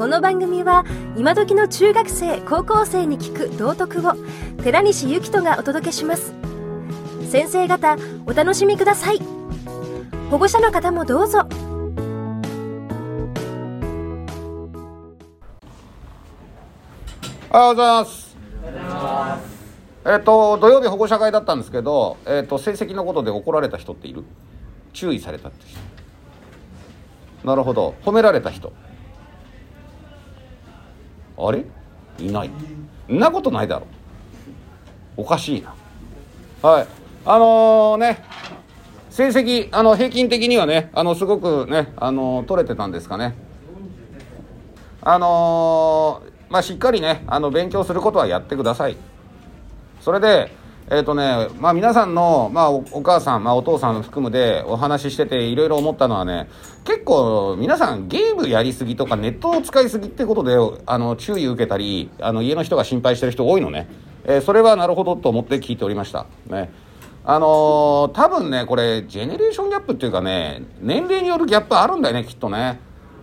の番組は今時の中学生高校生に聞く道徳を寺西幸人がお届けします。先生方お楽しみください。保護者の方もどうぞ。 おはようございます。土曜日保護者会だったんですけど、成績のことで怒られた人っている？注意されたって人。なるほど。褒められた人。あれ？いない。そんなことないだろ。おかしいな。はい。成績平均的にはねすごくね取れてたんですかね。しっかりね勉強することはやってください。それで皆さんの、お母さん、お父さん含むでお話ししてていろいろ思ったのはね、結構皆さんゲームやりすぎとかネットを使いすぎってことで注意受けたり家の人が心配してる人多いのね。それはなるほどと思って聞いておりましたね。多分ねこれジェネレーションギャップっていうかね、年齢によるギャップあるんだよねきっとね。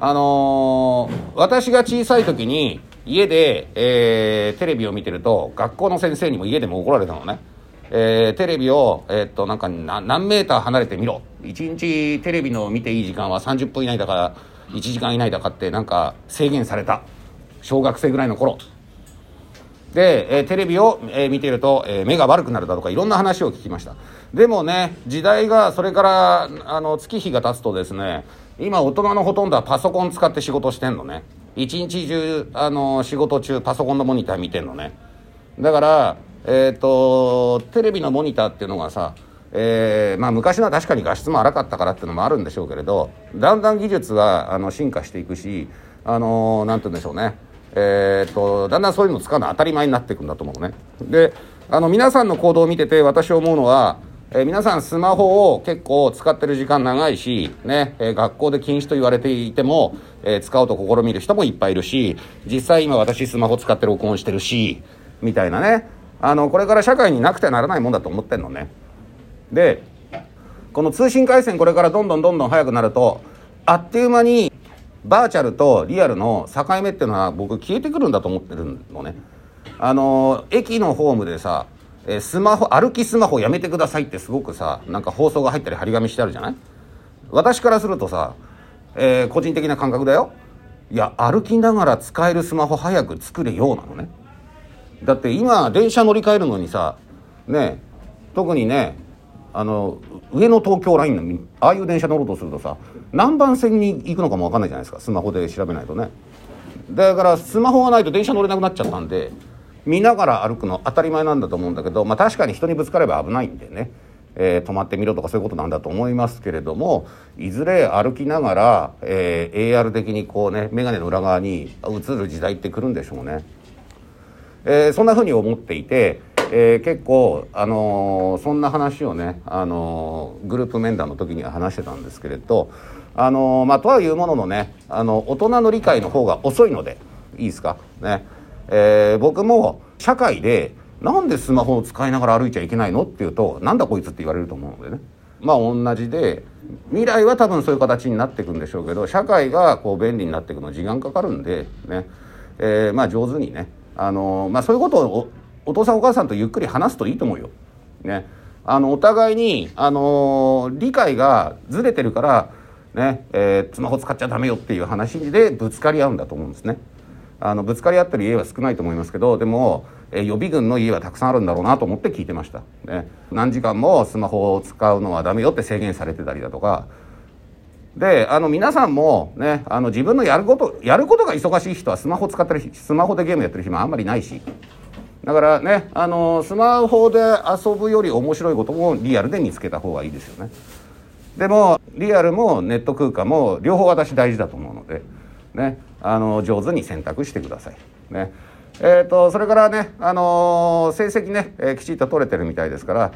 私が小さい時に家で、テレビを見てると学校の先生にも家でも怒られたのね。テレビを、何メーター離れて見ろ、1日テレビの見ていい時間は30分以内だから1時間以内だかって制限された。小学生ぐらいの頃で、テレビを、見ていると、目が悪くなるだとかいろんな話を聞きました。でもね時代がそれから月日が経つとですね、今大人のほとんどはパソコン使って仕事してんのね。一日中仕事中パソコンのモニター見てんのね。だからテレビのモニターっていうのがさ、昔は確かに画質も荒かったからっていうのもあるんでしょうけれど、だんだん技術は進化していくしなんて言うんでしょうね、だんだんそういうのを使うのは当たり前になっていくんだと思うね。で皆さんの行動を見てて私思うのは、皆さんスマホを結構使ってる時間長いしね、学校で禁止と言われていても、使おうと試みる人もいっぱいいるし、実際今私スマホ使って録音してるしみたいなね、これから社会になくてはならないもんだと思ってんのね。でこの通信回線これからどんどん速くなるとあっという間にバーチャルとリアルの境目っていうのは僕消えてくるんだと思ってるのね。駅のホームでさ歩きスマホやめてくださいってすごくさ放送が入ったり張り紙してあるじゃない。私からするとさ、個人的な感覚だよ。いや歩きながら使えるスマホ早く作れようなのね。だって今電車乗り換えるのにさね、特にね上野東京ラインのああいう電車乗ろうとするとさ何番線に行くのかも分かんないじゃないですか、スマホで調べないとね。だからスマホがないと電車乗れなくなっちゃったんで見ながら歩くの当たり前なんだと思うんだけど、確かに人にぶつかれば危ないんでね、止まってみろとかそういうことなんだと思いますけれども、いずれ歩きながら、AR 的にこうね眼鏡の裏側に映る時代って来るんでしょうね。そんな風に思っていて、結構、そんな話をね、グループ面談の時には話してたんですけれど、とはいうもののね大人の理解の方が遅いのでいいですかね。僕も社会でなんでスマホを使いながら歩いちゃいけないのっていうとなんだこいつって言われると思うのでね。同じで未来は多分そういう形になっていくんでしょうけど、社会がこう便利になっていくの時間かかるんでね、上手にねそういうことをお父さんお母さんとゆっくり話すといいと思うよ、ね。お互いに、理解がずれてるからね、スマホ使っちゃダメよっていう話でぶつかり合うんだと思うんですね。ぶつかり合ってる家は少ないと思いますけど、でも、予備軍の家はたくさんあるんだろうなと思って聞いてました、ね。何時間もスマホを使うのはダメよって制限されてたりだとかで、皆さんもね自分のやることが忙しい人はスマホ使ってるスマホでゲームやってる暇あんまりないし、だからねスマホで遊ぶより面白いこともリアルで見つけた方がいいですよね。でもリアルもネット空間も両方私大事だと思うのでね、上手に選択してくださいね。それからね成績ね、きちっと取れてるみたいですから、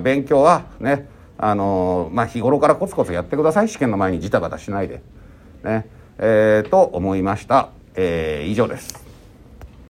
勉強はね日頃からコツコツやってください。試験の前にジタバタしないでね、と思いました。以上です。